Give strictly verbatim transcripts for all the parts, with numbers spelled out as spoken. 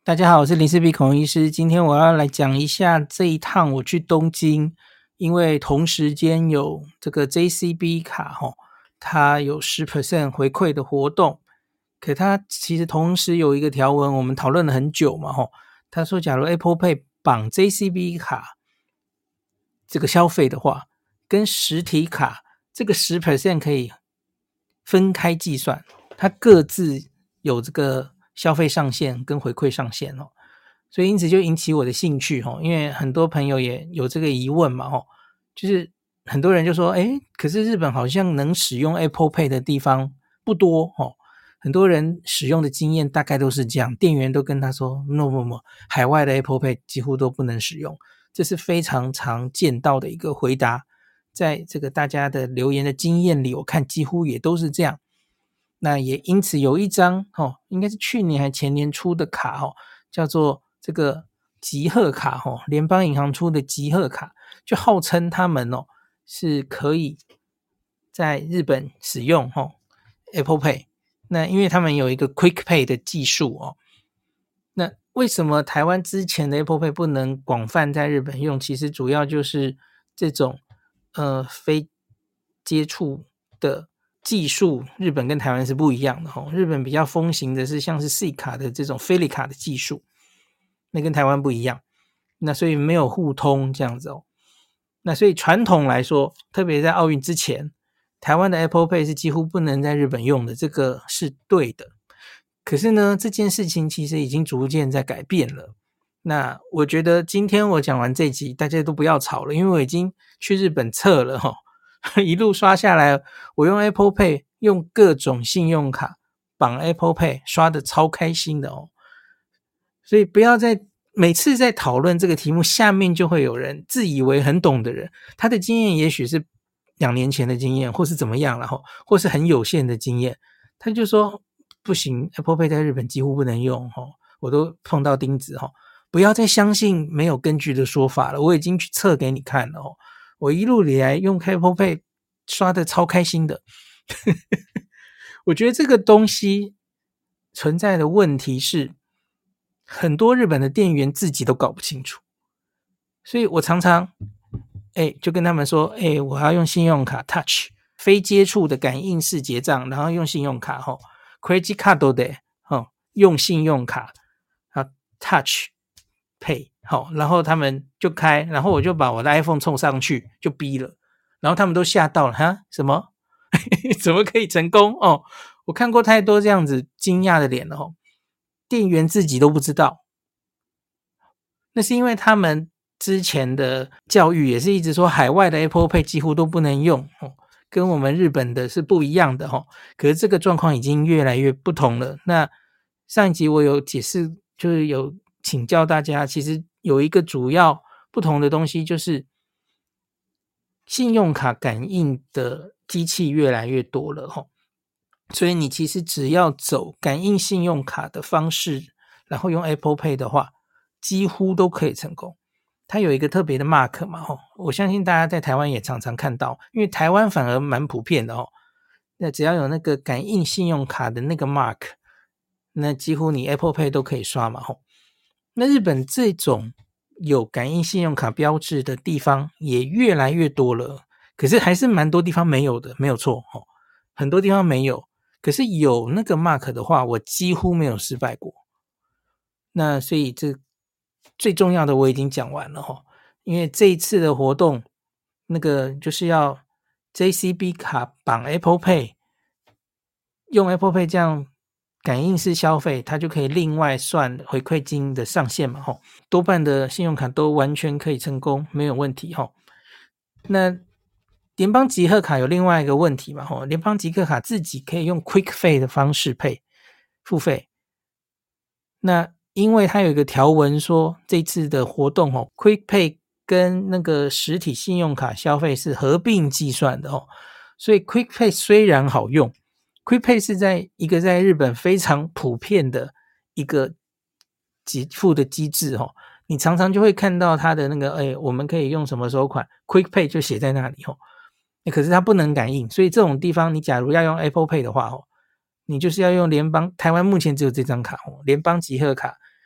大家好，我是林氏璧孔医师。今天我要来讲一下这一趟我去东京，因为同时间有这个 J C B 卡齁，它有 百分之十 回馈的活动，可它其实同时有一个条文，我们讨论了很久嘛齁。他说假如 Apple Pay 绑 J C B 卡这个消费的话，跟实体卡这个 百分之十 可以分开计算，它各自有这个消费上限跟回馈上限哦，所以因此就引起我的兴趣哦，因为很多朋友也有这个疑问嘛哦，就是很多人就说，诶，可是日本好像能使用 Apple Pay 的地方不多哦，很多人使用的经验大概都是这样，店员都跟他说 no no no， 海外的 Apple Pay 几乎都不能使用，这是非常常见到的一个回答，在这个大家的留言的经验里，我看几乎也都是这样。那也因此有一张哦，应该是去年还前年出的卡哦，叫做这个集贺卡哦，联邦银行出的集贺卡，就号称他们哦是可以在日本使用哦 Apple Pay。那因为他们有一个 Quick Pay 的技术哦，那为什么台湾之前的 Apple Pay 不能广泛在日本用？其实主要就是这种呃非接触的技术，日本跟台湾是不一样的哦。日本比较风行的是像是 C 卡的这种菲利卡的技术，那跟台湾不一样，那所以没有互通这样子哦。那所以传统来说，特别在奥运之前，台湾的 Apple Pay 是几乎不能在日本用的，这个是对的。可是呢，这件事情其实已经逐渐在改变了。那我觉得今天我讲完这集，大家都不要吵了，因为我已经去日本测了齁，一路刷下来，我用 Apple Pay 用各种信用卡绑 Apple Pay 刷的超开心的哦。所以不要再每次在讨论这个题目，下面就会有人自以为很懂的人，他的经验也许是两年前的经验，或是怎么样了齁，或是很有限的经验，他就说不行 Apple Pay 在日本几乎不能用齁，我都碰到钉子齁，不要再相信没有根据的说法了，我已经去测给你看了齁，我一路以来用 Apple Pay 刷的超开心的我觉得这个东西存在的问题是很多日本的店员自己都搞不清楚，所以我常常哎，就跟他们说，哎，我要用信用卡 Touch 非接触的感应式结账，然后用信用卡齁 Credit Card 的齁，用信用卡啊 Touch Pay 好，然后他们就开，然后我就把我的 iPhone 冲上去就逼了，然后他们都吓到了，哈，什么怎么可以成功哦？我看过太多这样子惊讶的脸了哦，店员自己都不知道，那是因为他们之前的教育也是一直说海外的 Apple Pay 几乎都不能用哦，跟我们日本的是不一样的哦。可是这个状况已经越来越不同了。那上一集我有解释，就是有请教大家，其实有一个主要不同的东西，就是信用卡感应的机器越来越多了哦。所以你其实只要走感应信用卡的方式，然后用 Apple Pay 的话，几乎都可以成功。它有一个特别的 mark 嘛齁，我相信大家在台湾也常常看到，因为台湾反而蛮普遍的齁。那只要有那个感应信用卡的那个 mark， 那几乎你 Apple Pay 都可以刷嘛齁。那日本这种有感应信用卡标志的地方也越来越多了，可是还是蛮多地方没有的，没有错齁，很多地方没有。可是有那个 mark 的话，我几乎没有失败过。那所以这最重要的我已经讲完了齁，因为这一次的活动，那个就是要 J C B 卡绑 Apple Pay， 用 Apple Pay 这样感应式消费，它就可以另外算回馈金的上限嘛齁，多半的信用卡都完全可以成功，没有问题齁。那联邦集贺卡有另外一个问题嘛齁，联邦集贺卡自己可以用 Quick Pay 的方式配付费，那因为它有一个条文说这次的活动齁 Quick Pay 跟那个实体信用卡消费是合并计算的齁，所以 Quick Pay 虽然好用， Quick Pay 是在一个在日本非常普遍的一个给付的机制齁，你常常就会看到它的那个哎，我们可以用什么收款 Quick Pay 就写在那里齁，可是它不能感应，所以这种地方你假如要用 Apple Pay 的话齁，你就是要用联邦，台湾目前只有这张卡齁，联邦集贺卡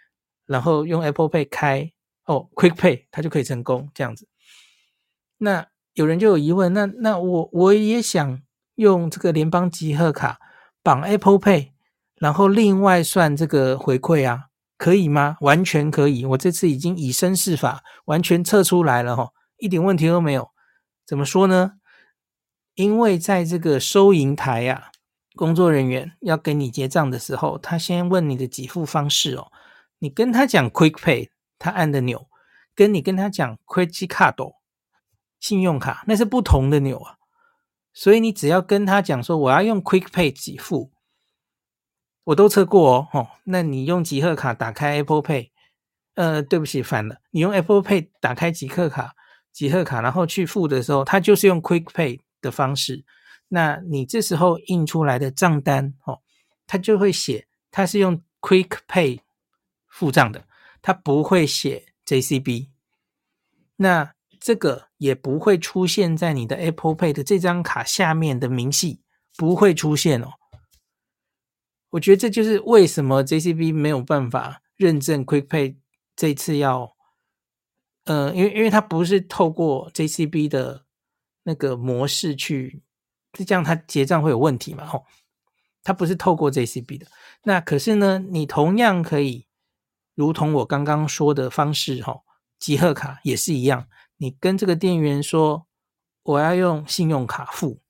然后用 Apple Pay 开哦 Quick Pay 它就可以成功这样子。那有人就有疑问，那那我我也想用这个联邦集贺卡绑 Apple Pay， 然后另外算这个回馈啊，可以吗？完全可以，我这次已经以身试法，完全测出来了齁，一点问题都没有。怎么说呢？因为在这个收银台啊，工作人员要给你结账的时候，他先问你的给付方式哦，你跟他讲 Quick Pay， 他按的钮，跟你跟他讲 Credit Card 信用卡，那是不同的钮啊。所以你只要跟他讲说我要用 Quick Pay 给付，我都测过哦，哦那你用集贺卡打开 Apple Pay， 呃，对不起，反了，你用 Apple Pay 打开集贺卡，集贺卡然后去付的时候，它就是用 Quick Pay 的方式，那你这时候印出来的账单哦，它就会写它是用 Quick Pay 付账的，它不会写 J C B， 那这个也不会出现在你的 Apple Pay 的这张卡下面的明细，不会出现哦。我觉得这就是为什么 J C B 没有办法认证 Quick Pay 这次要，呃，因为因为它不是透过 J C B 的那个模式去，这样它结账会有问题嘛？吼，它不是透过 J C B 的。那可是呢，你同样可以，如同我刚刚说的方式，吼，集贺卡也是一样。你跟这个店员说我要用信用卡付，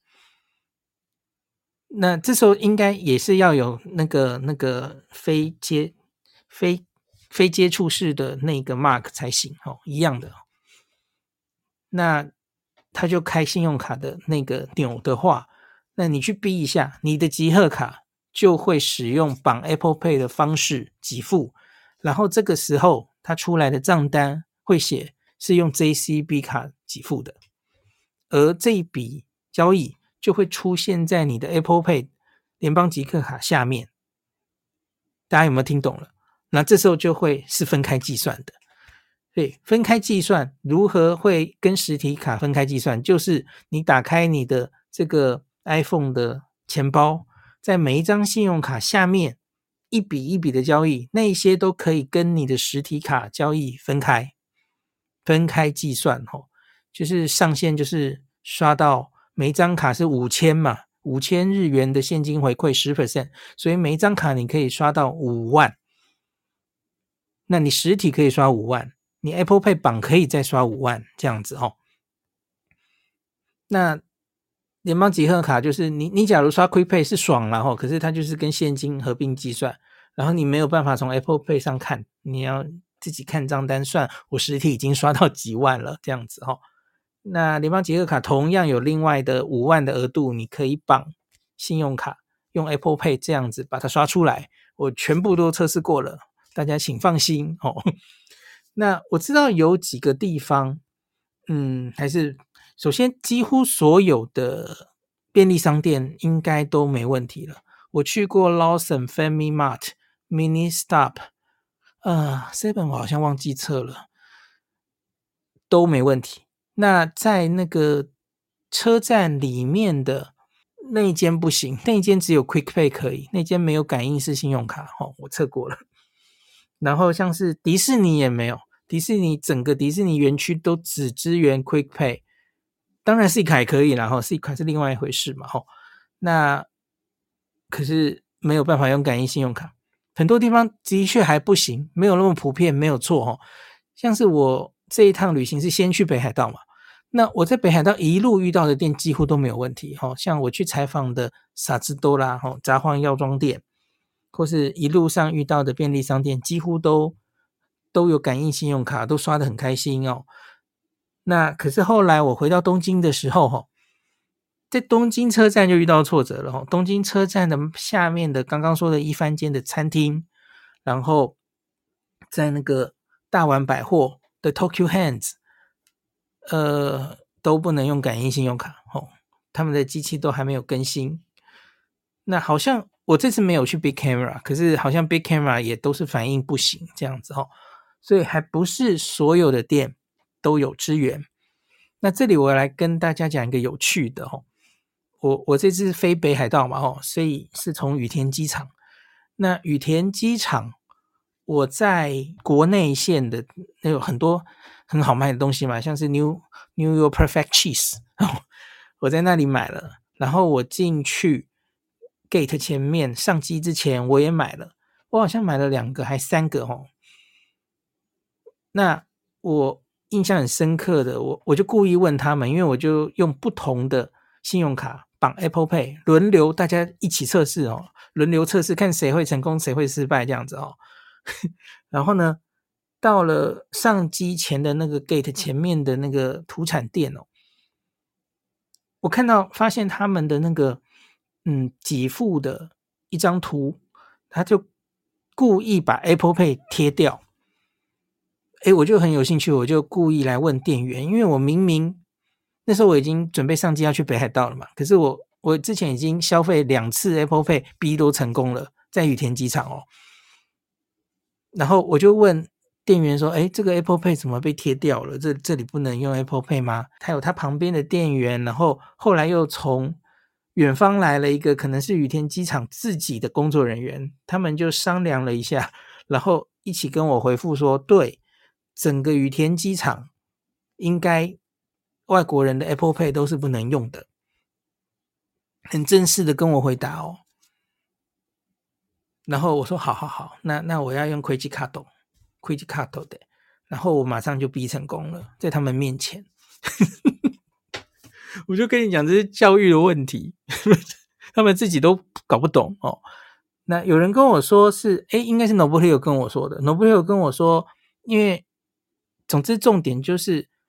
那这时候应该也是要有那个那个非接非非接触式的那个 mark 才行哦，一样的。那他就开信用卡的那个钮的话，那你去逼一下，你的集贺卡就会使用绑 Apple Pay 的方式给付，然后这个时候它出来的账单会写是用 J C B 卡给付的，而这一笔交易就会出现在你的 Apple Pay 联邦集贺卡下面。大家有没有听懂了？那这时候就会是分开计算的。对，分开计算如何会跟实体卡分开计算，就是你打开你的这个 iPhone 的钱包，在每一张信用卡下面一笔一笔的交易，那些都可以跟你的实体卡交易分开分开计算齁，就是上限就是刷到每一张卡是五千嘛，五千日元的现金回馈 百分之十， 所以每一张卡你可以刷到五万，那你实体可以刷五万，你 Apple Pay 绑可以再刷五万这样子齁。那联邦集贺卡就是你你假如刷 Quick Pay 是爽了齁，可是它就是跟现金合并计算，然后你没有办法从 Apple Pay 上看，你要自己看账单算我实体已经刷到几万了这样子齁。那联邦集贺卡同样有另外的五万的额度，你可以绑信用卡用 Apple Pay 这样子把它刷出来，我全部都测试过了，大家请放心哦。那我知道有几个地方，嗯，还是首先几乎所有的便利商店应该都没问题了。我去过 Lawson、Family Mart、Mini Stop， 呃 seven 我好像忘记测了，都没问题。那在那个车站里面的那一间不行，那一间只有 Quick Pay 可以，那间没有感应式信用卡齁，我测过了。然后像是迪士尼也没有，迪士尼整个迪士尼园区都只支援 Quick Pay， 当然 C 卡也可以啦齁， C 卡是另外一回事嘛齁。那可是没有办法用感应信用卡，很多地方的确还不行，没有那么普遍，没有错齁。像是我这一趟旅行是先去北海道嘛，那我在北海道一路遇到的店几乎都没有问题齁，像我去采访的萨兹多拉齁札幌药妆店，或是一路上遇到的便利商店几乎都都有感应信用卡，都刷得很开心哦。那可是后来我回到东京的时候齁，在东京车站就遇到挫折了齁，东京车站的下面的刚刚说的一番间的餐厅，然后在那个大丸百货的 Tokyo Hands， 呃，都不能用感应信用卡齁，他们的机器都还没有更新。那好像我这次没有去 Big Camera， 可是好像 Big Camera 也都是反应不行这样子齁，所以还不是所有的店都有支援。那这里我来跟大家讲一个有趣的齁，我我这次飞北海道嘛齁，所以是从羽田机场。那羽田机场我在国内线的有很多很好卖的东西嘛，像是 New New York Perfect Cheese 我在那里买了，然后我进去 gate 前面上机之前我也买了，我好像买了两个还三个齁。那我印象很深刻的，我我就故意问他们，因为我就用不同的信用卡绑 Apple Pay 轮流，大家一起测试哦，轮流测试看谁会成功谁会失败这样子哦。然后呢，到了上机前的那个 gate 前面的那个土产店哦，我看到发现他们的那个嗯给付的一张图，他就故意把 Apple Pay 贴掉。诶，我就很有兴趣，我就故意来问店员，因为我明明那时候我已经准备上机要去北海道了嘛，可是我我之前已经消费两次 Apple Pay B 都成功了，在羽田机场哦。然后我就问店员说，诶，这个 Apple Pay 怎么被贴掉了？这这里不能用 Apple Pay 吗？他有他旁边的店员，然后后来又从远方来了一个可能是羽田机场自己的工作人员，他们就商量了一下，然后一起跟我回复说，对，整个羽田机场应该外国人的 Apple Pay 都是不能用的，很正式的跟我回答哦。然后我说好好好，那那我要用 Credit Card Credit Card 的，然后我马上就逼成功了，在他们面前。我就跟你讲，这是教育的问题，他们自己都搞不懂哦。那有人跟我说是，诶，应该是 Nobuhiro 跟我说的 ，Nobuhiro 跟我说，因为总之重点就是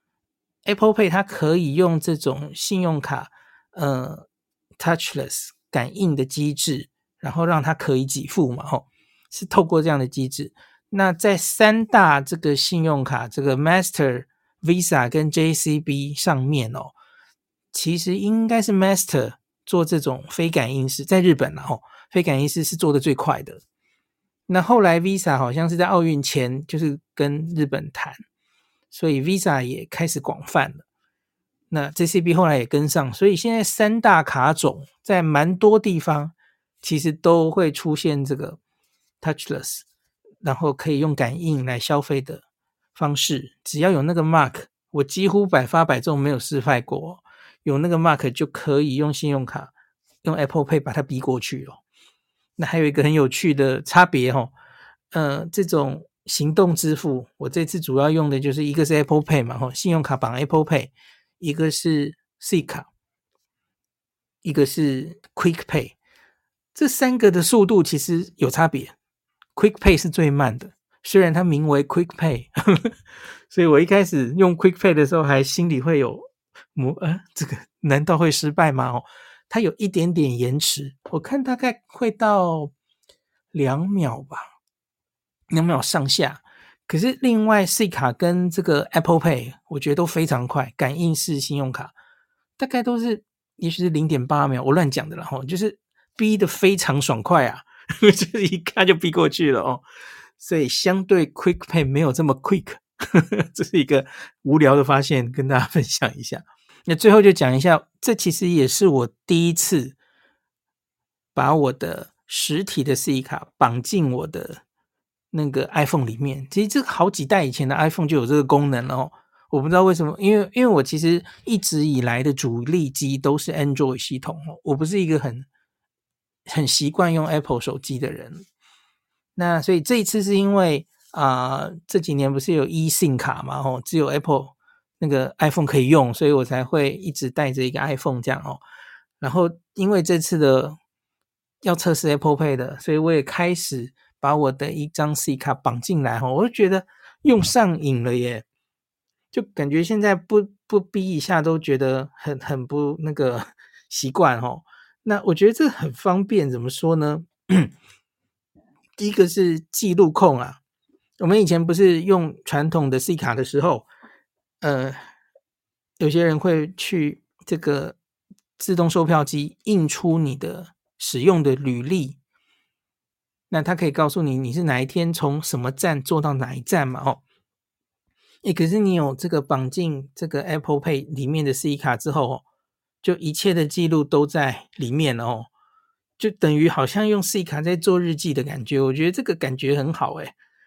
Apple Pay 它可以用这种信用卡呃 touchless 感应的机制，然后让它可以给付嘛，吼，是透过这样的机制。那在三大这个信用卡，这个 Master、Visa 跟 J C B 上面哦，其实应该是 Master 做这种非感应式，在日本啦吼，非感应式是做的最快的。那后来 Visa 好像是在奥运前就是跟日本谈，所以 Visa 也开始广泛了。那 J C B 后来也跟上，所以现在三大卡种在蛮多地方其实都会出现这个 touchless， 然后可以用感应来消费的方式，只要有那个 mark， 我几乎百发百中没有失败过，有那个 mark 就可以用信用卡用 Apple Pay 把它逼过去了。那还有一个很有趣的差别哦，呃，这种行动支付，我这次主要用的就是一个是 Apple Pay 嘛，吼，信用卡绑 Apple Pay， 一个是 C 卡，一个是 Quick Pay， 这三个的速度其实有差别 ，Quick Pay 是最慢的，虽然它名为 Quick Pay， 所以我一开始用 Quick Pay 的时候还心里会有，呃，这个难道会失败吗？哦，它有一点点延迟，我看大概会到两秒吧，两秒上下。可是另外 C 卡跟这个 Apple Pay 我觉得都非常快，感应式信用卡大概都是也许是 零点八秒，我乱讲的啦齁，就是逼得非常爽快啊，就是一看就逼过去了哦。所以相对 Quick Pay 没有这么 quick， 这是一个无聊的发现，跟大家分享一下。那最后就讲一下，这其实也是我第一次把我的实体的 C 卡绑进我的那个 iPhone 里面。其实这好几代以前的 iPhone 就有这个功能了哦，我不知道为什么，因为因为我其实一直以来的主力机都是 Android 系统哦，我不是一个很很习惯用 Apple 手机的人。那所以这一次是因为啊、呃，这几年不是有 eSIM 卡嘛，哦，只有 Apple 那个 iPhone 可以用，所以我才会一直带着一个 iPhone 这样哦。然后因为这次的要测试 Apple Pay 的，所以我也开始把我的一张 C 卡绑进来哦，我就觉得用上瘾了耶，就感觉现在不不逼一下都觉得很很不那个习惯哦。那我觉得这很方便，怎么说呢？第一个是记录控啊，我们以前不是用传统的 C 卡的时候，呃，有些人会去这个自动售票机印出你的使用的履历，那它可以告诉你你是哪一天从什么站坐到哪一站嘛，哦，诶，可是你有这个绑进这个 Apple Pay 里面的 C 卡之后哦，就一切的记录都在里面了哦，就等于好像用 C 卡在做日记的感觉，我觉得这个感觉很好诶。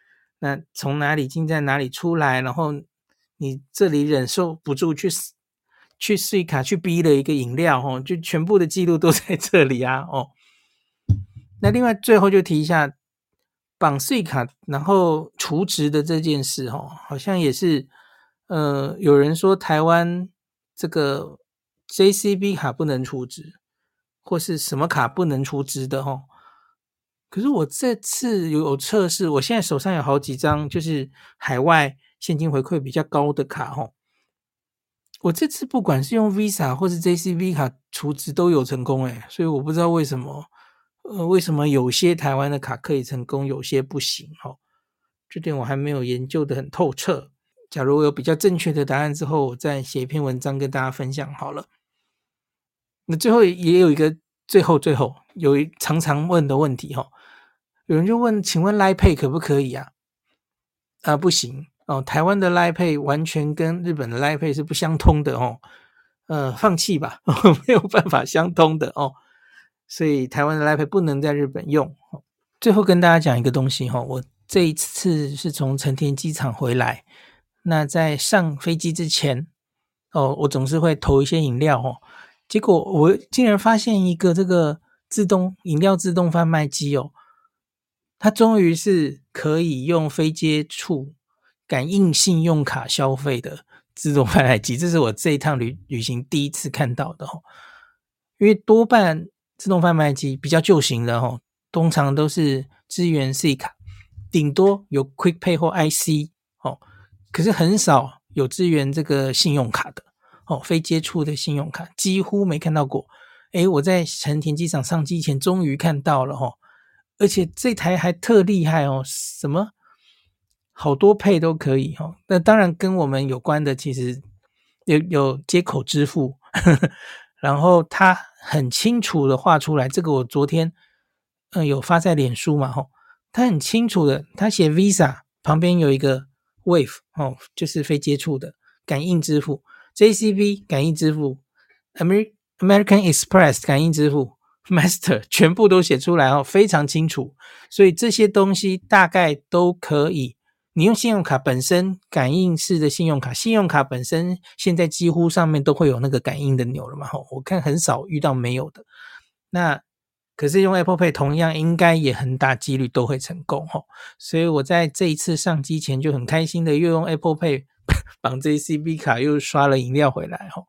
那从哪里进在哪里出来，然后你这里忍受不住去去税卡去逼了一个饮料哦，就全部的记录都在这里啊哦。那另外最后就提一下绑税卡然后储值的这件事哦，好像也是呃有人说台湾这个 J C B 卡不能储值，或是什么卡不能储值的哦。可是我这次有测试，我现在手上有好几张就是海外现金回馈比较高的卡哦。我这次不管是用 Visa 或是 J C B 卡储值都有成功诶，所以我不知道为什么呃，为什么有些台湾的卡可以成功，有些不行哦。这点我还没有研究得很透彻。假如我有比较正确的答案之后，我再写一篇文章跟大家分享好了。那最后也有一个最后最后有一常常问的问题哦，有人就问，请问 Line Pay 可不可以啊？啊，不行哦，台湾的 Line Pay 完全跟日本的 Line Pay 是不相通的哦。呃，放弃吧，没有办法相通的哦。所以台湾的 Line Pay 不能在日本用。最后跟大家讲一个东西哈，我这一次是从成田机场回来，那在上飞机之前哦，我总是会投一些饮料哦。结果我竟然发现一个这个自动饮料自动贩卖机哦，它终于是可以用非接触感应信用卡消费的自动贩卖机，这是我这一趟旅旅行第一次看到的哦。因为多半自动贩卖机比较旧型的哦，通常都是支援 C 卡，顶多有 Quick Pay 或 I C 哦，可是很少有支援这个信用卡的哦，非接触的信用卡几乎没看到过。诶，我在成田机场上机前终于看到了哦，而且这台还特厉害哦，什么好多配都可以哦。那当然跟我们有关的其实有有接口支付，呵呵，然后它很清楚的画出来，这个我昨天呃有发在脸书嘛吼，它很清楚的，它写 Visa 旁边有一个 Wave 哦，就是非接触的感应支付 ，J C B 感应支付 ，Amer American Express 感应支付。Master 全部都写出来哦，非常清楚，所以这些东西大概都可以。你用信用卡本身感应式的信用卡，信用卡本身现在几乎上面都会有那个感应的钮了嘛，我看很少遇到没有的。那可是用 Apple Pay 同样应该也很大几率都会成功哦，所以我在这一次上机前就很开心的又用 Apple Pay 绑 J C B 卡又刷了饮料回来哦。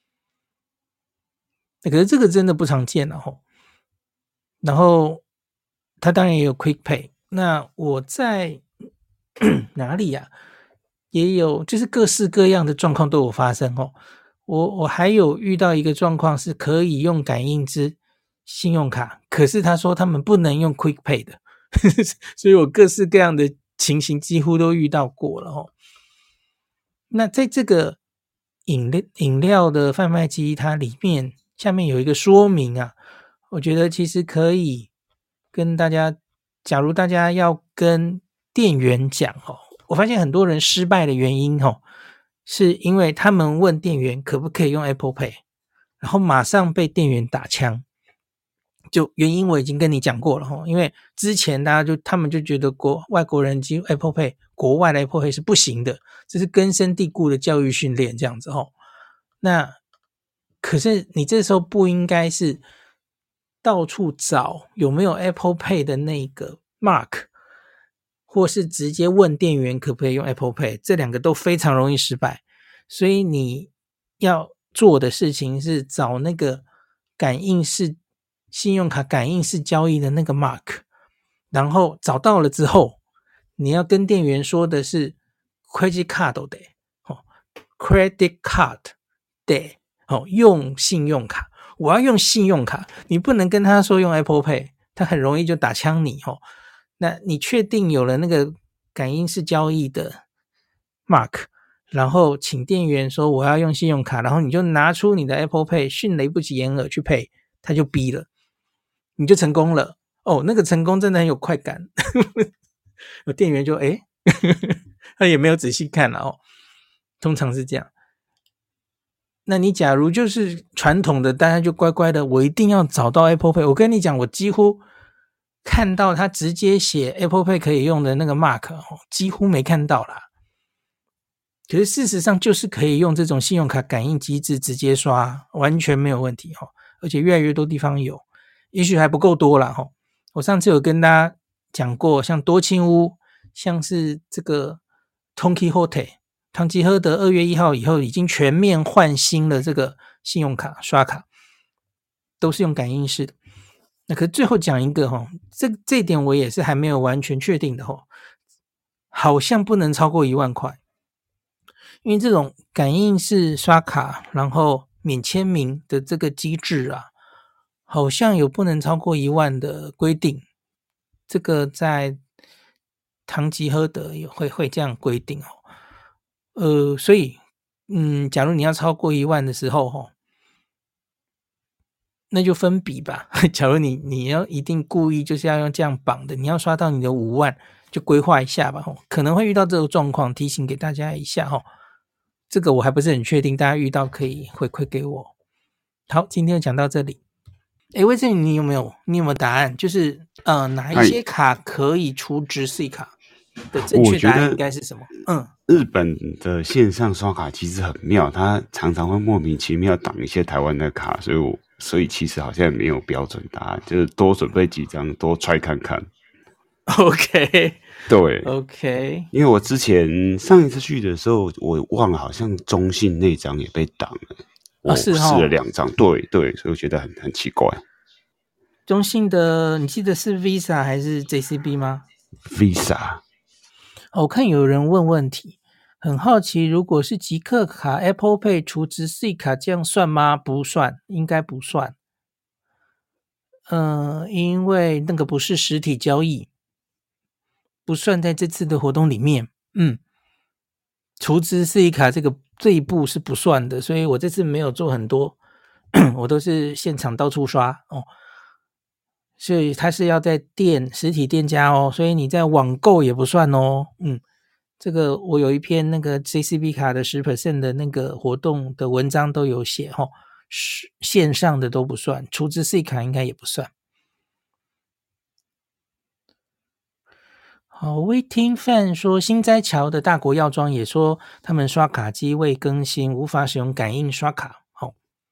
可是这个真的不常见了哦。然后它当然也有 Quick Pay， 那我在哪里呀、啊？也有，就是各式各样的状况都有发生哦。我我还有遇到一个状况是可以用感应之信用卡，可是他说他们不能用 Quick Pay 的，所以我各式各样的情形几乎都遇到过了哦。那在这个饮料饮料的贩卖机，它里面下面有一个说明啊。我觉得其实可以跟大家，假如大家要跟店员讲哦，我发现很多人失败的原因哦，是因为他们问店员可不可以用 Apple Pay， 然后马上被店员打枪。就原因我已经跟你讲过了哦，因为之前大家就他们就觉得国外国人机 Apple Pay 国外的 Apple Pay 是不行的，这是根深蒂固的教育训练这样子哦。那可是你这时候不应该是到处找有没有 Apple Pay 的那个 mark， 或是直接问店员可不可以用 Apple Pay， 这两个都非常容易失败。所以你要做的事情是找那个感应式信用卡感应式交易的那个 mark， 然后找到了之后，你要跟店员说的是 credit card 的、哦、credit card 的、哦、用信用卡，我要用信用卡，你不能跟他说用 Apple Pay， 他很容易就打枪你哦。那你确定有了那个感应式交易的 mark， 然后请店员说我要用信用卡，然后你就拿出你的 Apple Pay， 迅雷不及掩耳去 pay， 他就逼了，你就成功了哦。那个成功真的很有快感，有店员就诶他也没有仔细看了哦，通常是这样。那你假如就是传统的，大家就乖乖的，我一定要找到 Apple Pay。我跟你讲，我几乎看到他直接写 Apple Pay 可以用的那个 mark，哦，几乎没看到啦。可是事实上就是可以用这种信用卡感应机制直接刷，完全没有问题，哦，而且越来越多地方有，也许还不够多啦，哦，我上次有跟大家讲过，像多清屋，像是这个 Tonki Hotel， 唐吉诃德二月一号以后已经全面换新了这个信用卡刷卡，都是用感应式的。那可是最后讲一个，哦，这这一点我也是还没有完全确定的，哦，好像不能超过一万块。因为这种感应式刷卡然后免签名的这个机制啊，好像有不能超过一万的规定，这个在唐吉诃德也会会这样规定，哦，呃，所以嗯，假如你要超过一万的时候，哦，那就分笔吧。假如你你要一定故意就是要用这样绑的，你要刷到你的五万，就规划一下吧，哦，可能会遇到这个状况，提醒给大家一下，哦，这个我还不是很确定，大家遇到可以回馈给我。好，今天就讲到这里。诶，魏正宇，你有没有你有没有答案？就是呃，哪一些卡可以储值 C 卡的正确答案应该是什么？嗯， 日本的线上刷卡其实很妙，它常常会莫名其妙挡一些台湾的卡，所以我所以其实好像没有标准答案，就是多准备几张，多 try 看看。 OK， 对 OK， 因为我之前上一次去的时候，我忘了好像中信那张也被挡了，我试了两张，哦，对对，所以我觉得很很奇怪。 中信的你记得是 Visa 还是 J C B 吗？ Visa。 哦，我看有人问问题，很好奇，如果是极客卡 Apple Pay 储值 C 卡这样算吗？不算，应该不算。呃，因为那个不是实体交易，不算在这次的活动里面。嗯，储值 C 卡这个这一步是不算的，所以我这次没有做很多，我都是现场到处刷哦。所以它是要在店实体店家哦，所以你在网购也不算哦。嗯，这个我有一篇那个 J C B 卡的 百分之十 的那个活动的文章都有写哦，线上的都不算，储值 C 卡应该也不算。好 ，Waiting Fan 说新斋桥的大国药妆也说他们刷卡机未更新，无法使用感应刷卡。好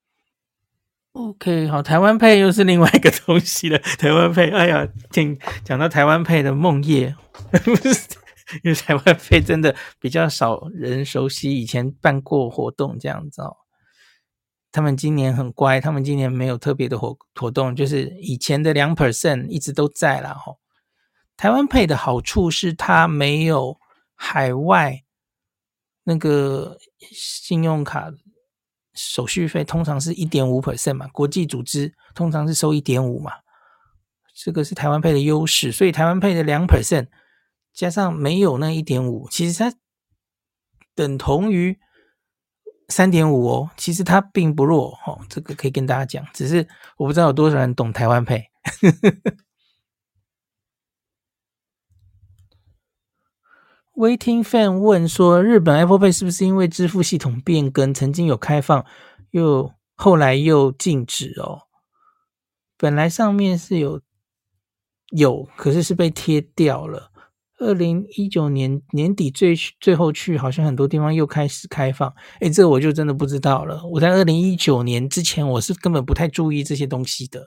，OK， 好，台湾配又是另外一个东西了。台湾配，哎呀，听讲到台湾配的梦夜，因为台湾配真的比较少人熟悉，以前办过活动这样子哦。他们今年很乖，他们今年没有特别的活活动，就是以前的 百分之二 一直都在啦齁。台湾配的好处是它没有海外那个信用卡手续费，通常是 百分之一点五 嘛，国际组织通常是收 一点五 嘛，这个是台湾配的优势，所以台湾配的 百分之二 加上没有那 一点五， 其实它等同于 三点五 哦，其实它并不弱哦，这个可以跟大家讲，只是我不知道有多少人懂台湾配。Waiting Fan 问说，日本 Apple Pay 是不是因为支付系统变更，曾经有开放，又后来又禁止哦？本来上面是有有，可是是被贴掉了。二零一九年年底最最后去，好像很多地方又开始开放。诶，这个我就真的不知道了。我在二零一九年之前，我是根本不太注意这些东西的。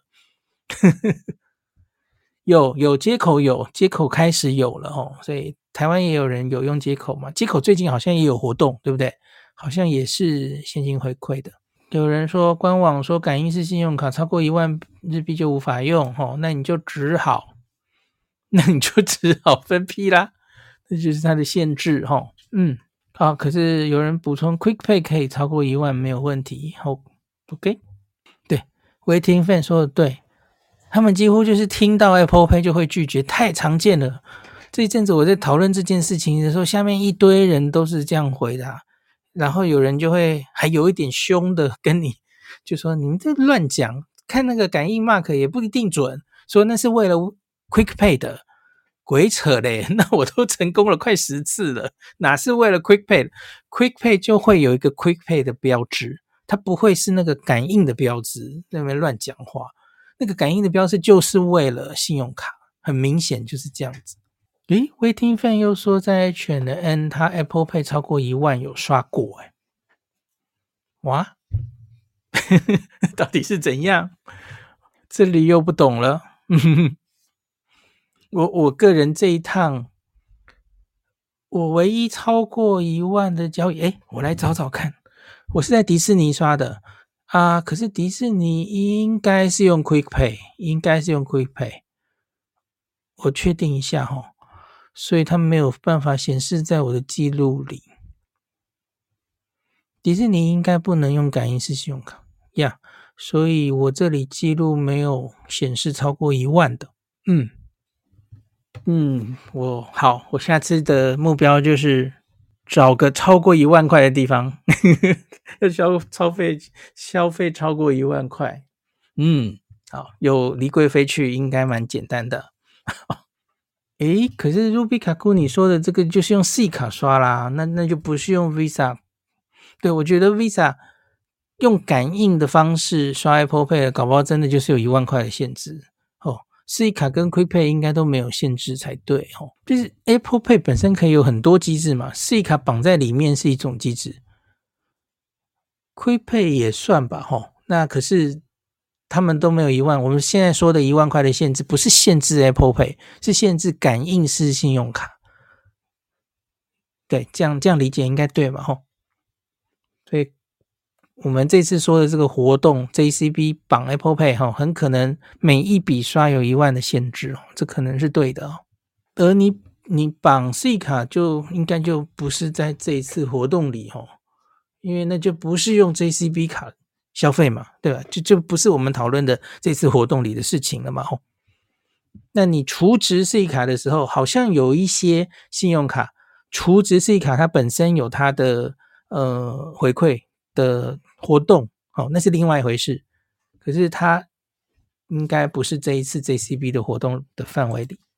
有有接口有接口开始有了哦，所以台湾也有人有用接口嘛，接口最近好像也有活动，对不对？好像也是现金回馈的。有人说官网说感应式信用卡超过一万日币就无法用哦，那你就只好那你就只好分批啦，这就是它的限制哦。嗯，好，可是有人补充 Quick Pay 可以超过一万没有问题。好 ，OK， 对 ，Waiting Fan 说的对。他们几乎就是听到 Apple Pay 就会拒绝，太常见了。这一阵子我在讨论这件事情的时候，下面一堆人都是这样回答，然后有人就会还有一点凶的跟你就说你们这乱讲，看那个感应 mark 也不一定准，说那是为了 Quick Pay 的，鬼扯嘞，那我都成功了快十次了，哪是为了 Quick Pay？ Quick Pay 就会有一个 Quick Pay 的标志，它不会是那个感应的标志，在那边乱讲话。那个感应的标志就是为了信用卡， 很明显就是这样子。诶 Waiting Fan 又说在 H and M 他 Apple Pay 超过一万有刷过诶哇到底是怎样？这里又不懂了我我个人这一趟我唯一超过一万的交易，诶我来找找看，我是在迪士尼刷的啊，可是迪士尼应该是用 Quick Pay， 应该是用 Quick Pay， 我确定一下齁，所以它没有办法显示在我的记录里。迪士尼应该不能用感应式信用卡呀， yeah, 所以我这里记录没有显示超过一万的。嗯嗯，我好，我下次的目标就是找个超过一万块的地方，要消消费消费超过一万块。嗯，好，有离柜飞去应该蛮简单的。诶，可是 Ruby 卡库你说的这个就是用 C 卡刷啦，那那就不是用 Visa。对，我觉得 Visa 用感应的方式刷 Apple Pay 搞不好真的就是有一万块的限制哦。C 卡跟 Quick Pay 应该都没有限制才对哦。就是 Apple Pay 本身可以有很多机制嘛 ，C 卡绑在里面是一种机制 ，Quick Pay 也算吧吼。那可是他们都没有一万，我们现在说的一万块的限制不是限制 Apple Pay， 是限制感应式信用卡。对，这样这样理解应该对嘛吼。所以我们这次说的这个活动 J C B 绑 Apple Pay 很可能每一笔刷有一万的限制，这可能是对的。而你你绑 C 卡就应该就不是在这一次活动里，因为那就不是用 J C B 卡消费嘛，对吧？就就不是我们讨论的这次活动里的事情了嘛。那你储值 C 卡的时候，好像有一些信用卡储值 C 卡它本身有它的呃回馈的活动，哦，那是另外一回事。可是它应该不是这一次 J C B 的活动的范围里。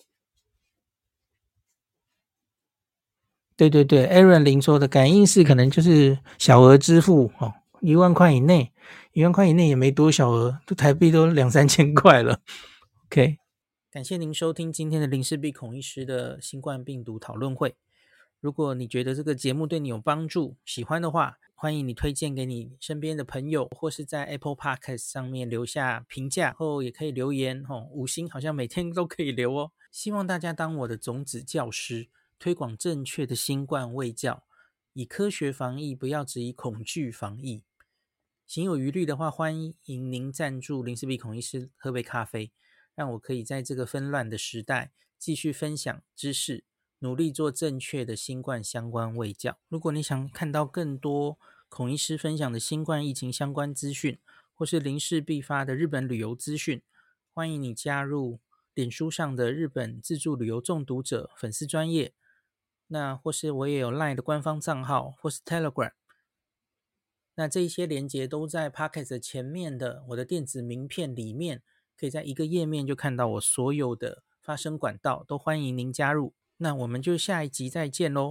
对对对 ，Aaron 林说的感应式可能就是小额支付哦，一万块以内，一万块以内也没多小额，都台币都两三千块了。OK， 感谢您收听今天的林氏璧孔医师的新冠病毒讨论会。如果你觉得这个节目对你有帮助，喜欢的话，欢迎你推荐给你身边的朋友，或是在 Apple Podcast 上面留下评价，后也可以留言，哦，五星好像每天都可以留哦。希望大家当我的种子教师，推广正确的新冠卫教，以科学防疫，不要只以恐惧防疫。行有余力的话，欢迎您赞助林氏璧孔医师喝杯咖啡，让我可以在这个纷乱的时代继续分享知识，努力做正确的新冠相关卫教。如果你想看到更多孔医师分享的新冠疫情相关资讯，或是林氏璧发的日本旅游资讯，欢迎你加入脸书上的日本自助旅游中毒者粉丝专页，那或是我也有 LINE 的官方账号，或是 Telegram。那这一些连结都在 Podcast 前面的我的电子名片里面，可以在一个页面就看到我所有的发声管道，都欢迎您加入。那我们就下一集再见咯。